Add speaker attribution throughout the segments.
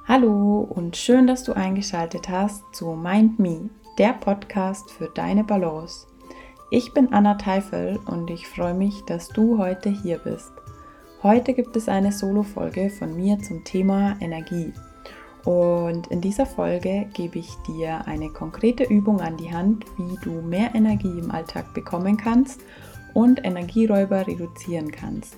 Speaker 1: Hallo und schön, dass du eingeschaltet hast zu Mind Me, der Podcast für deine Balance. Ich bin Anna Teifel und ich freue mich, dass du heute hier bist. Heute gibt es eine Solo-Folge von mir zum Thema Energie. Und in dieser Folge gebe ich dir eine konkrete Übung an die Hand, wie du mehr Energie im Alltag bekommen kannst und Energieräuber reduzieren kannst.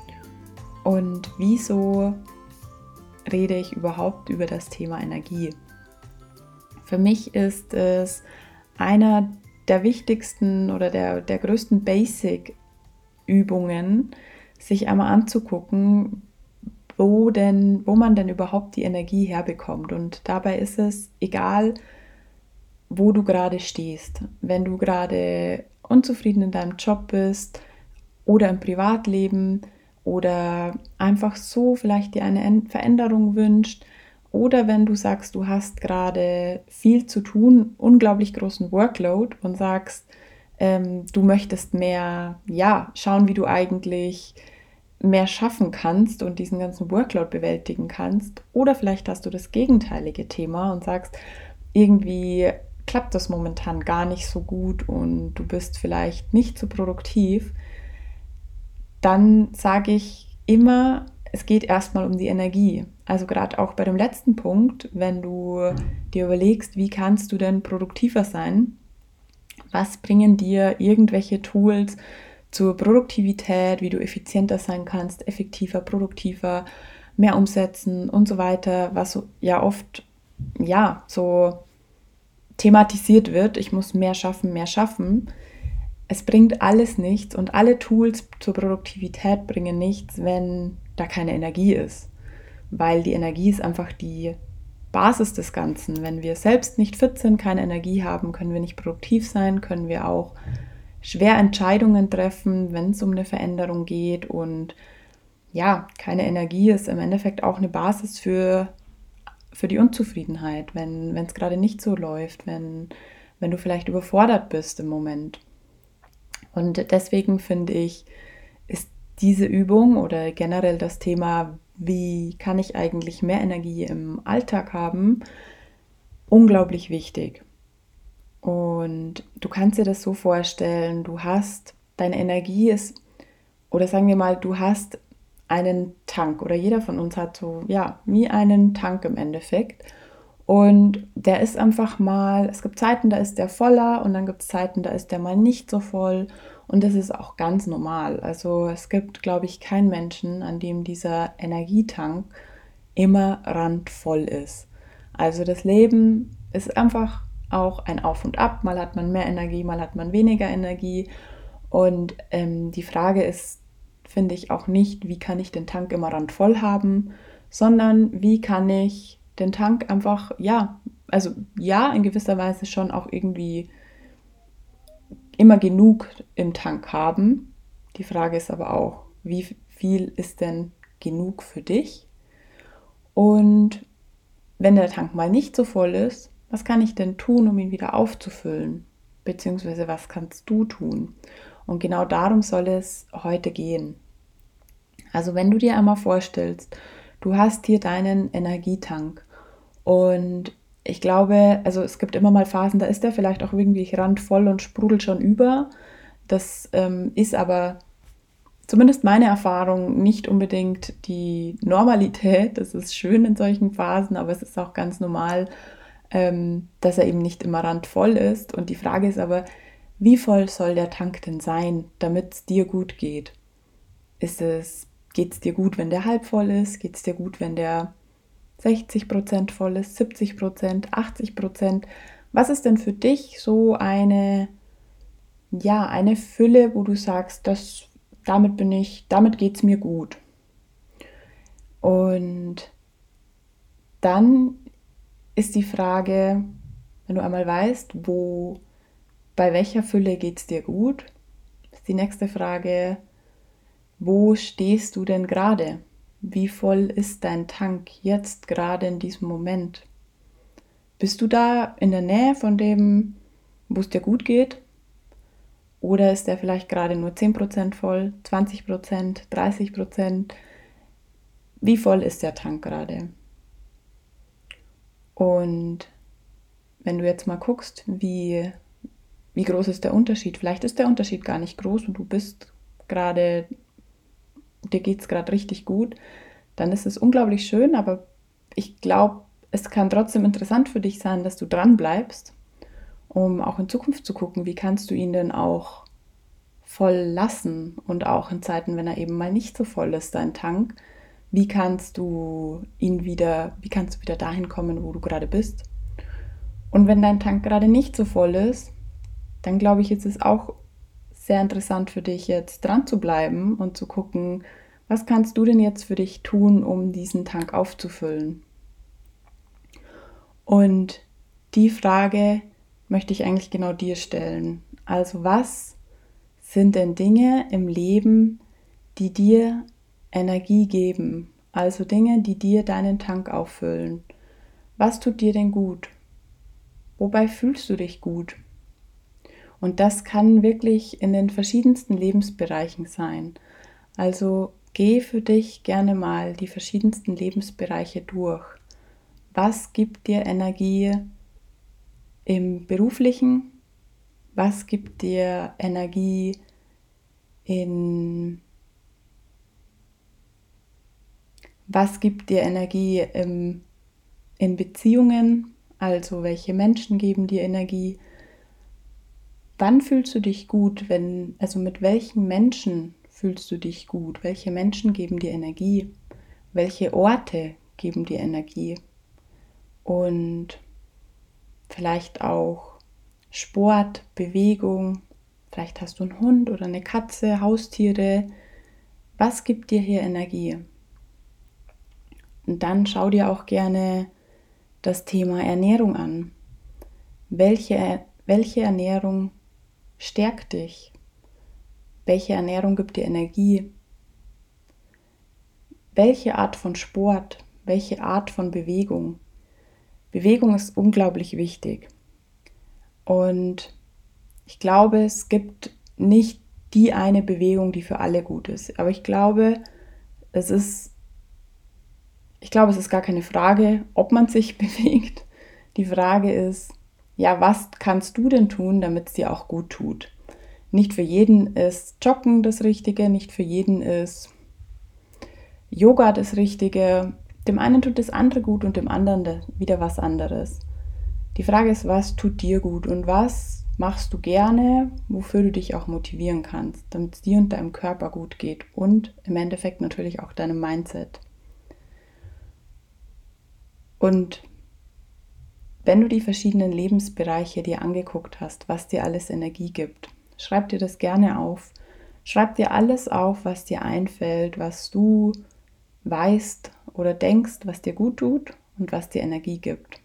Speaker 1: Und wieso rede ich überhaupt über das Thema Energie? Für mich ist es einer der wichtigsten oder der größten Basic-Übungen, sich einmal anzugucken, wo man denn überhaupt die Energie herbekommt. Und dabei ist es egal, wo du gerade stehst. Wenn du gerade unzufrieden in deinem Job bist oder im Privatleben oder einfach so vielleicht dir eine Veränderung wünscht oder wenn du sagst, du hast gerade viel zu tun, unglaublich großen Workload und sagst, du möchtest mehr, schauen, wie du eigentlich mehr schaffen kannst und diesen ganzen Workload bewältigen kannst. Oder vielleicht hast du das gegenteilige Thema und sagst, irgendwie klappt das momentan gar nicht so gut und du bist vielleicht nicht so produktiv. Dann sage ich immer, es geht erstmal um die Energie. Also gerade auch bei dem letzten Punkt, wenn du dir überlegst, wie kannst du denn produktiver sein? Was bringen dir irgendwelche Tools zur Produktivität, wie du effizienter sein kannst, effektiver, produktiver, mehr umsetzen und so weiter, was ja oft so thematisiert wird, ich muss mehr schaffen, mehr schaffen. Es bringt alles nichts und alle Tools zur Produktivität bringen nichts, wenn da keine Energie ist. Weil die Energie ist einfach die Basis des Ganzen. Wenn wir selbst nicht fit sind, keine Energie haben, können wir nicht produktiv sein, können wir auch schwer Entscheidungen treffen, wenn es um eine Veränderung geht. Und ja, keine Energie ist im Endeffekt auch eine Basis für die Unzufriedenheit, wenn es gerade nicht so läuft, wenn du vielleicht überfordert bist im Moment. Und deswegen finde ich, ist diese Übung oder generell das Thema, wie kann ich eigentlich mehr Energie im Alltag haben, unglaublich wichtig. Und du kannst dir das so vorstellen, deine Energie ist, oder sagen wir mal, du hast einen Tank oder jeder von uns hat so, ja, wie einen Tank im Endeffekt. Und der ist einfach mal, es gibt Zeiten, da ist der voller und dann gibt es Zeiten, da ist der mal nicht so voll. Und das ist auch ganz normal. Also es gibt, glaube ich, keinen Menschen, an dem dieser Energietank immer randvoll ist. Also das Leben ist einfach auch ein Auf und Ab. Mal hat man mehr Energie, mal hat man weniger Energie. Und die Frage ist, finde ich auch nicht, wie kann ich den Tank immer randvoll haben, sondern wie kann ich den Tank einfach, in gewisser Weise schon auch irgendwie immer genug im Tank haben. Die Frage ist aber auch, wie viel ist denn genug für dich? Und wenn der Tank mal nicht so voll ist, was kann ich denn tun, um ihn wieder aufzufüllen? Beziehungsweise was kannst du tun? Und genau darum soll es heute gehen. Also wenn du dir einmal vorstellst, du hast hier deinen Energietank und ich glaube, also es gibt immer mal Phasen, da ist der vielleicht auch irgendwie randvoll und sprudelt schon über. Das ist aber zumindest meine Erfahrung nicht unbedingt die Normalität. Das ist schön in solchen Phasen, aber es ist auch ganz normal, dass er eben nicht immer randvoll ist. Und die Frage ist aber, wie voll soll der Tank denn sein, damit es dir gut geht? Geht es dir gut, wenn der halb voll ist? Geht es dir gut, wenn der 60% voll ist, 70%, 80%? Was ist denn für dich so eine Fülle, wo du sagst, damit geht es mir gut? Und dann ist die Frage, wenn du einmal weißt, bei welcher Fülle geht es dir gut, ist die nächste Frage, wo stehst du denn gerade? Wie voll ist dein Tank jetzt gerade in diesem Moment? Bist du da in der Nähe von dem, wo es dir gut geht? Oder ist der vielleicht gerade nur 10% voll, 20%, 30%? Wie voll ist der Tank gerade? Und wenn du jetzt mal guckst, wie groß ist der Unterschied? Vielleicht ist der Unterschied gar nicht groß und dir geht es gerade richtig gut, dann ist es unglaublich schön, aber ich glaube, es kann trotzdem interessant für dich sein, dass du dran bleibst, um auch in Zukunft zu gucken, wie kannst du ihn denn auch voll lassen und auch in Zeiten, wenn er eben mal nicht so voll ist, dein Tank, wie kannst du wieder dahin kommen, wo du gerade bist? Und wenn dein Tank gerade nicht so voll ist, dann glaube ich, ist es auch sehr interessant für dich, jetzt dran zu bleiben und zu gucken, was kannst du denn jetzt für dich tun, um diesen Tank aufzufüllen? Und die Frage möchte ich eigentlich genau dir stellen. Also was sind denn Dinge im Leben, die dir Energie geben? Also Dinge, die dir deinen Tank auffüllen. Was tut dir denn gut? Wobei fühlst du dich gut? Und das kann wirklich in den verschiedensten Lebensbereichen sein. Also geh für dich gerne mal die verschiedensten Lebensbereiche durch. Was gibt dir Energie im beruflichen? Was gibt dir Energie in was gibt dir Energie in Beziehungen? Also welche Menschen geben dir Energie? Wann fühlst du dich gut, also mit welchen Menschen fühlst du dich gut? Welche Menschen geben dir Energie? Welche Orte geben dir Energie? Und vielleicht auch Sport, Bewegung. Vielleicht hast du einen Hund oder eine Katze, Haustiere. Was gibt dir hier Energie? Und dann schau dir auch gerne das Thema Ernährung an. Welche Ernährung stärkt dich? Welche Ernährung gibt dir Energie? Welche Art von Sport? Welche Art von Bewegung? Bewegung ist unglaublich wichtig. Und ich glaube, es gibt nicht die eine Bewegung, die für alle gut ist. Aber es ist, es ist gar keine Frage, ob man sich bewegt. Die Frage ist, ja, was kannst du denn tun, damit es dir auch gut tut? Nicht für jeden ist Joggen das Richtige, nicht für jeden ist Yoga das Richtige. Dem einen tut das andere gut und dem anderen wieder was anderes. Die Frage ist, was tut dir gut und was machst du gerne, wofür du dich auch motivieren kannst, damit es dir und deinem Körper gut geht und im Endeffekt natürlich auch deinem Mindset. Und wenn du die verschiedenen Lebensbereiche dir angeguckt hast, was dir alles Energie gibt, schreib dir das gerne auf. Schreib dir alles auf, was dir einfällt, was du weißt oder denkst, was dir gut tut und was dir Energie gibt.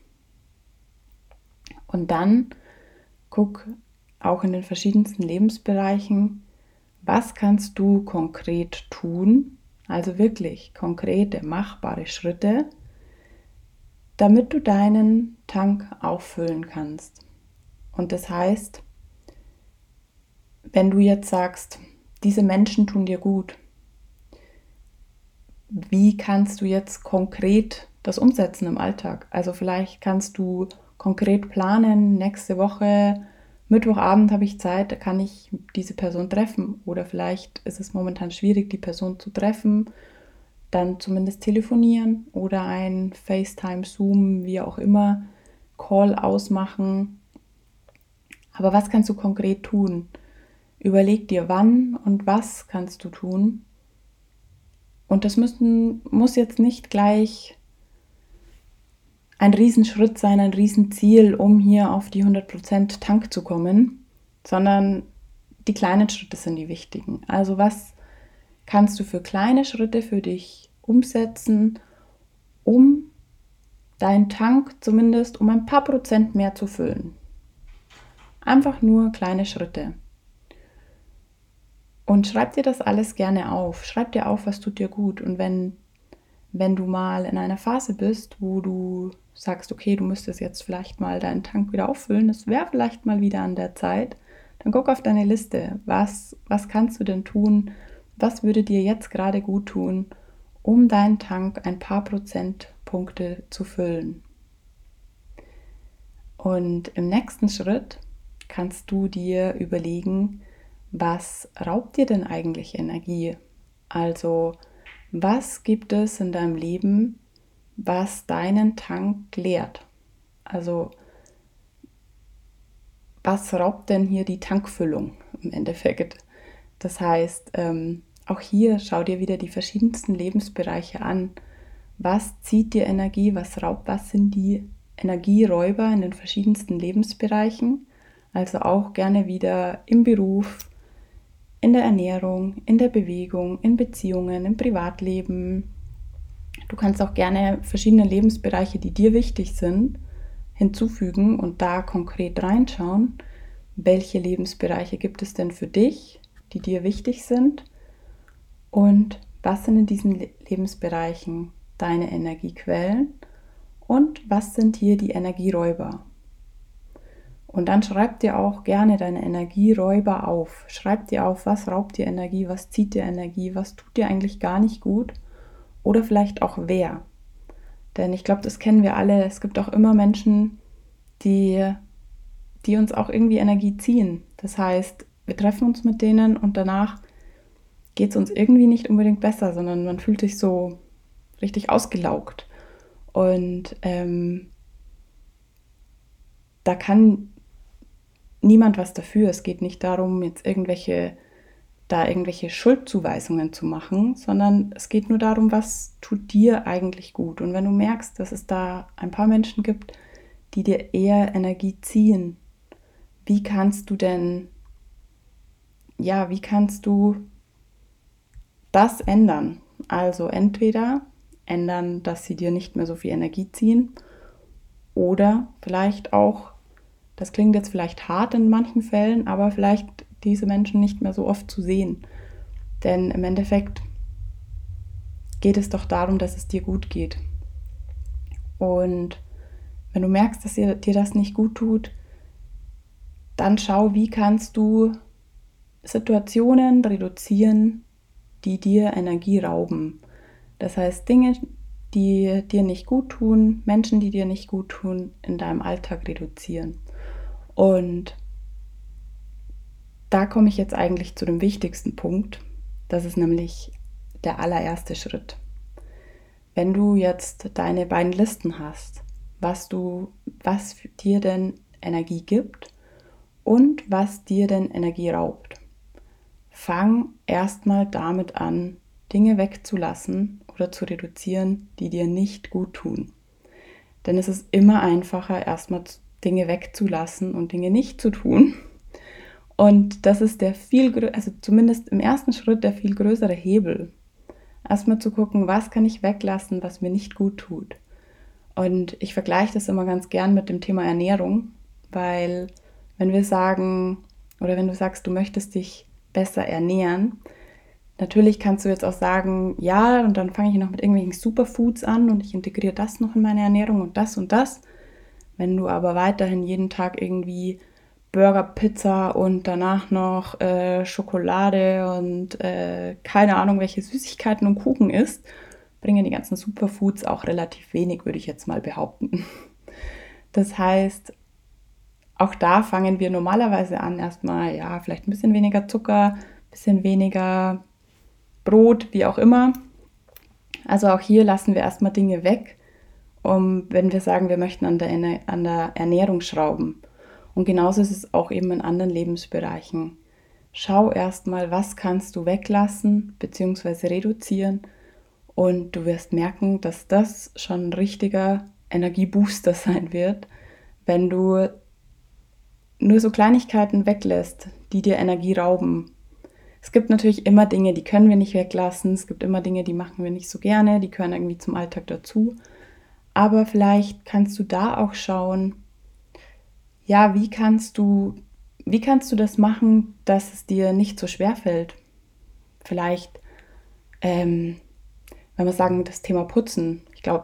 Speaker 1: Und dann guck auch in den verschiedensten Lebensbereichen, was kannst du konkret tun, also wirklich konkrete, machbare Schritte, damit du deinen Tank auffüllen kannst. Und das heißt, wenn du jetzt sagst, diese Menschen tun dir gut, wie kannst du jetzt konkret das umsetzen im Alltag? Also vielleicht kannst du konkret planen, nächste Woche, Mittwochabend habe ich Zeit, da kann ich diese Person treffen. Oder vielleicht ist es momentan schwierig, die Person zu treffen, dann zumindest telefonieren oder ein FaceTime, Zoom, wie auch immer, Call ausmachen. Aber was kannst du konkret tun? Überleg dir, wann und was kannst du tun. Und muss jetzt nicht gleich ein Riesenschritt sein, ein Riesenziel, um hier auf die 100% Tank zu kommen, sondern die kleinen Schritte sind die wichtigen. Also was kannst du für kleine Schritte für dich umsetzen, um deinen Tank zumindest um ein paar Prozent mehr zu füllen? Einfach nur kleine Schritte. Und schreib dir das alles gerne auf. Schreib dir auf, was tut dir gut. Und wenn du mal in einer Phase bist, wo du sagst, okay, du müsstest jetzt vielleicht mal deinen Tank wieder auffüllen, es wäre vielleicht mal wieder an der Zeit, dann guck auf deine Liste. Was kannst du denn tun? Was würde dir jetzt gerade gut tun, um deinen Tank ein paar Prozentpunkte zu füllen? Und im nächsten Schritt kannst du dir überlegen, was raubt dir denn eigentlich Energie? Also, was gibt es in deinem Leben, was deinen Tank leert? Also, was raubt denn hier die Tankfüllung im Endeffekt? Das heißt, auch hier schau dir wieder die verschiedensten Lebensbereiche an. Was zieht dir Energie, was raubt, was sind die Energieräuber in den verschiedensten Lebensbereichen? Also auch gerne wieder im Beruf, in der Ernährung, in der Bewegung, in Beziehungen, im Privatleben. Du kannst auch gerne verschiedene Lebensbereiche, die dir wichtig sind, hinzufügen und da konkret reinschauen, welche Lebensbereiche gibt es denn für dich, die dir wichtig sind und was sind in diesen Lebensbereichen deine Energiequellen und was sind hier die Energieräuber. Und dann schreib dir auch gerne deine Energieräuber auf. Schreib dir auf, was raubt dir Energie, was zieht dir Energie, was tut dir eigentlich gar nicht gut oder vielleicht auch wer. Denn ich glaube, das kennen wir alle. Es gibt auch immer Menschen, die uns auch irgendwie Energie ziehen. Das heißt, wir treffen uns mit denen und danach geht es uns irgendwie nicht unbedingt besser, sondern man fühlt sich so richtig ausgelaugt. Und da kann niemand was dafür. Es geht nicht darum, jetzt irgendwelche Schuldzuweisungen zu machen, sondern es geht nur darum, was tut dir eigentlich gut. Und wenn du merkst, dass es da ein paar Menschen gibt, die dir eher Energie ziehen, wie kannst du das ändern? Also entweder ändern, dass sie dir nicht mehr so viel Energie ziehen oder vielleicht auch, das klingt jetzt vielleicht hart in manchen Fällen, aber vielleicht diese Menschen nicht mehr so oft zu sehen. Denn im Endeffekt geht es doch darum, dass es dir gut geht. Und wenn du merkst, dass dir das nicht gut tut, dann schau, wie kannst du Situationen reduzieren, die dir Energie rauben. Das heißt, Dinge, die dir nicht gut tun, Menschen, die dir nicht gut tun, in deinem Alltag reduzieren. Und da komme ich jetzt eigentlich zu dem wichtigsten Punkt. Das ist nämlich der allererste Schritt. Wenn du jetzt deine beiden Listen hast, was dir denn Energie gibt und was dir denn Energie raubt, fang erstmal damit an, Dinge wegzulassen oder zu reduzieren, die dir nicht gut tun. Denn es ist immer einfacher, erstmal Dinge wegzulassen und Dinge nicht zu tun. Und das ist zumindest im ersten Schritt der viel größere Hebel. Erstmal zu gucken, was kann ich weglassen, was mir nicht gut tut. Und ich vergleiche das immer ganz gern mit dem Thema Ernährung, weil wenn wir sagen, oder wenn du sagst, du möchtest dich besser ernähren, natürlich kannst du jetzt auch sagen, ja, und dann fange ich noch mit irgendwelchen Superfoods an und ich integriere das noch in meine Ernährung und das und das. Wenn du aber weiterhin jeden Tag irgendwie Burger, Pizza und danach noch Schokolade und keine Ahnung, welche Süßigkeiten und Kuchen isst, bringen die ganzen Superfoods auch relativ wenig, würde ich jetzt mal behaupten. Das heißt, auch da fangen wir normalerweise an, erstmal, ja, vielleicht ein bisschen weniger Zucker, ein bisschen weniger Brot, wie auch immer. Also auch hier lassen wir erstmal Dinge weg, wenn wir sagen, wir möchten an der Ernährung schrauben. Und genauso ist es auch eben in anderen Lebensbereichen. Schau erstmal, was kannst du weglassen bzw. reduzieren und du wirst merken, dass das schon ein richtiger Energiebooster sein wird, wenn du nur so Kleinigkeiten weglässt, die dir Energie rauben. Es gibt natürlich immer Dinge, die können wir nicht weglassen. Es gibt immer Dinge, die machen wir nicht so gerne, die gehören irgendwie zum Alltag dazu. Aber vielleicht kannst du da auch schauen, ja, wie kannst du das machen, dass es dir nicht so schwer fällt? Vielleicht, wenn wir sagen, das Thema Putzen, ich glaube,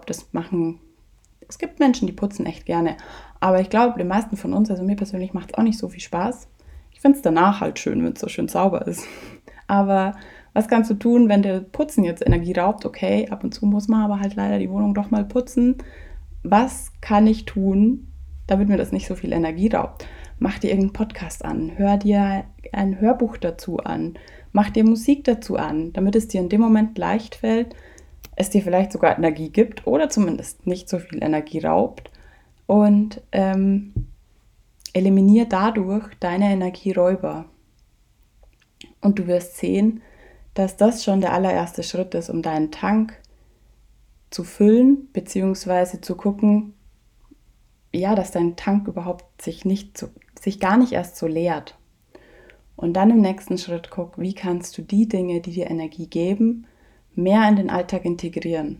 Speaker 1: es gibt Menschen, die putzen echt gerne. Aber ich glaube, den meisten von uns, also mir persönlich, macht es auch nicht so viel Spaß. Ich finde es danach halt schön, wenn es so schön sauber ist. Aber was kannst du tun, wenn der Putzen jetzt Energie raubt? Okay, ab und zu muss man aber halt leider die Wohnung doch mal putzen. Was kann ich tun, damit mir das nicht so viel Energie raubt. Mach dir irgendeinen Podcast an, hör dir ein Hörbuch dazu an, mach dir Musik dazu an, damit es dir in dem Moment leicht fällt, es dir vielleicht sogar Energie gibt oder zumindest nicht so viel Energie raubt und eliminiere dadurch deine Energieräuber. Und du wirst sehen, dass das schon der allererste Schritt ist, um deinen Tank zu füllen, beziehungsweise zu gucken, ja, dass dein Tank überhaupt sich gar nicht erst so leert. Und dann im nächsten Schritt guck, wie kannst du die Dinge, die dir Energie geben, mehr in den Alltag integrieren.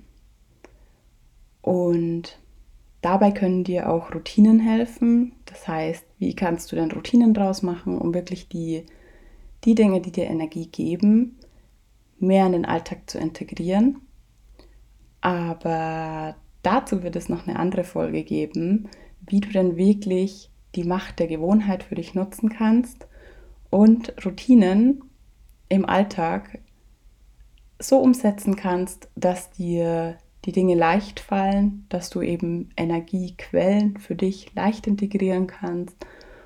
Speaker 1: Und dabei können dir auch Routinen helfen. Das heißt, wie kannst du denn Routinen draus machen, um wirklich die Dinge, die dir Energie geben, mehr in den Alltag zu integrieren. Aber dazu wird es noch eine andere Folge geben, wie du denn wirklich die Macht der Gewohnheit für dich nutzen kannst und Routinen im Alltag so umsetzen kannst, dass dir die Dinge leicht fallen, dass du eben Energiequellen für dich leicht integrieren kannst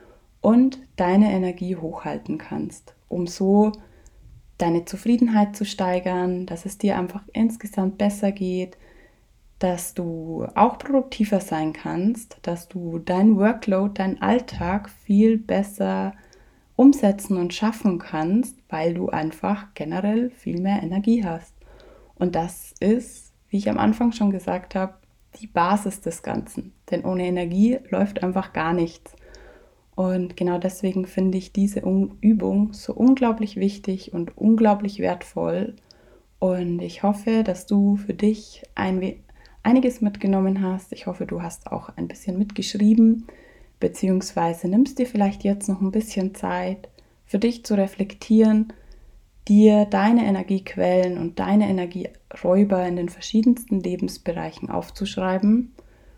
Speaker 1: und deine Energie hochhalten kannst, um so deine Zufriedenheit zu steigern, dass es dir einfach insgesamt besser geht, dass du auch produktiver sein kannst, dass du dein Workload, deinen Alltag viel besser umsetzen und schaffen kannst, weil du einfach generell viel mehr Energie hast. Und das ist, wie ich am Anfang schon gesagt habe, die Basis des Ganzen. Denn ohne Energie läuft einfach gar nichts. Und genau deswegen finde ich diese Übung so unglaublich wichtig und unglaublich wertvoll. Und ich hoffe, dass du für dich einiges mitgenommen hast. Ich hoffe, du hast auch ein bisschen mitgeschrieben, beziehungsweise nimmst dir vielleicht jetzt noch ein bisschen Zeit, für dich zu reflektieren, dir deine Energiequellen und deine Energieräuber in den verschiedensten Lebensbereichen aufzuschreiben.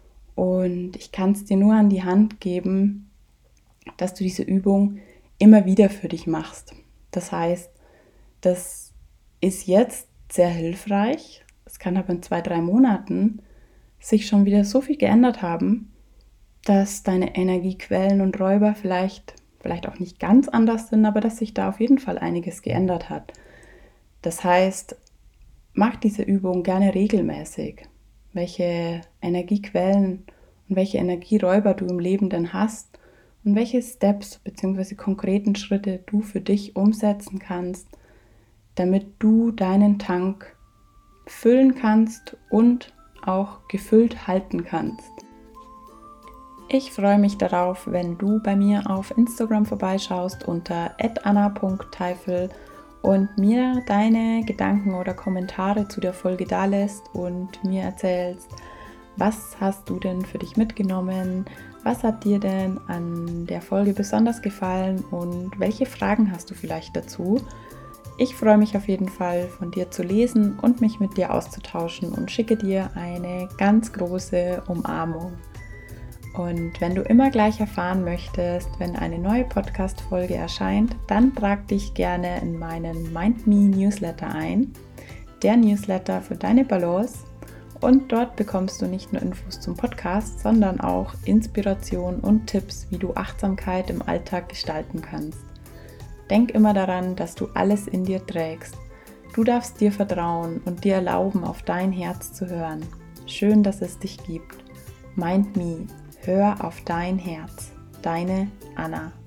Speaker 1: Und ich kann es dir nur an die Hand geben, dass du diese Übung immer wieder für dich machst. Das heißt, das ist jetzt sehr hilfreich. Es kann aber in 2-3 Monaten sich schon wieder so viel geändert haben, dass deine Energiequellen und Räuber vielleicht auch nicht ganz anders sind, aber dass sich da auf jeden Fall einiges geändert hat. Das heißt, mach diese Übung gerne regelmäßig. Welche Energiequellen und welche Energieräuber du im Leben denn hast und welche Steps bzw. konkreten Schritte du für dich umsetzen kannst, damit du deinen Tank füllen kannst und auch gefüllt halten kannst. Ich freue mich darauf, wenn du bei mir auf Instagram vorbeischaust unter @anna.teifel und mir deine Gedanken oder Kommentare zu der Folge dalässt und mir erzählst, was hast du denn für dich mitgenommen, was hat dir denn an der Folge besonders gefallen und welche Fragen hast du vielleicht dazu. Ich freue mich auf jeden Fall, von dir zu lesen und mich mit dir auszutauschen und schicke dir eine ganz große Umarmung. Und wenn du immer gleich erfahren möchtest, wenn eine neue Podcast-Folge erscheint, dann trag dich gerne in meinen MindMe Newsletter ein, der Newsletter für deine Balance. Und dort bekommst du nicht nur Infos zum Podcast, sondern auch Inspiration und Tipps, wie du Achtsamkeit im Alltag gestalten kannst. Denk immer daran, dass du alles in dir trägst. Du darfst dir vertrauen und dir erlauben, auf dein Herz zu hören. Schön, dass es dich gibt. MindMe. Hör auf dein Herz. Deine Anna.